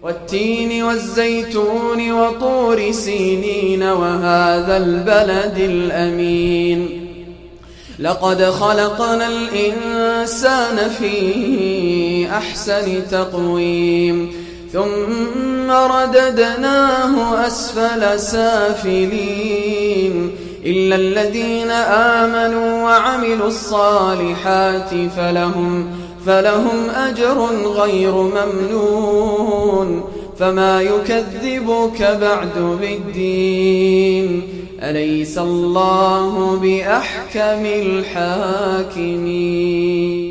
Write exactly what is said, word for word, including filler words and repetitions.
والتين والزيتون وطور سينين وهذا البلد الأمين لقد خلقنا الإنسان في أحسن تقويم ثم رددناه أسفل سافلين إلا الذين آمنوا وعملوا الصالحات فلهم, فلهم أجر غير ممنون فما يكذبك بعد بالدين أليس الله بأحكم الحاكمين.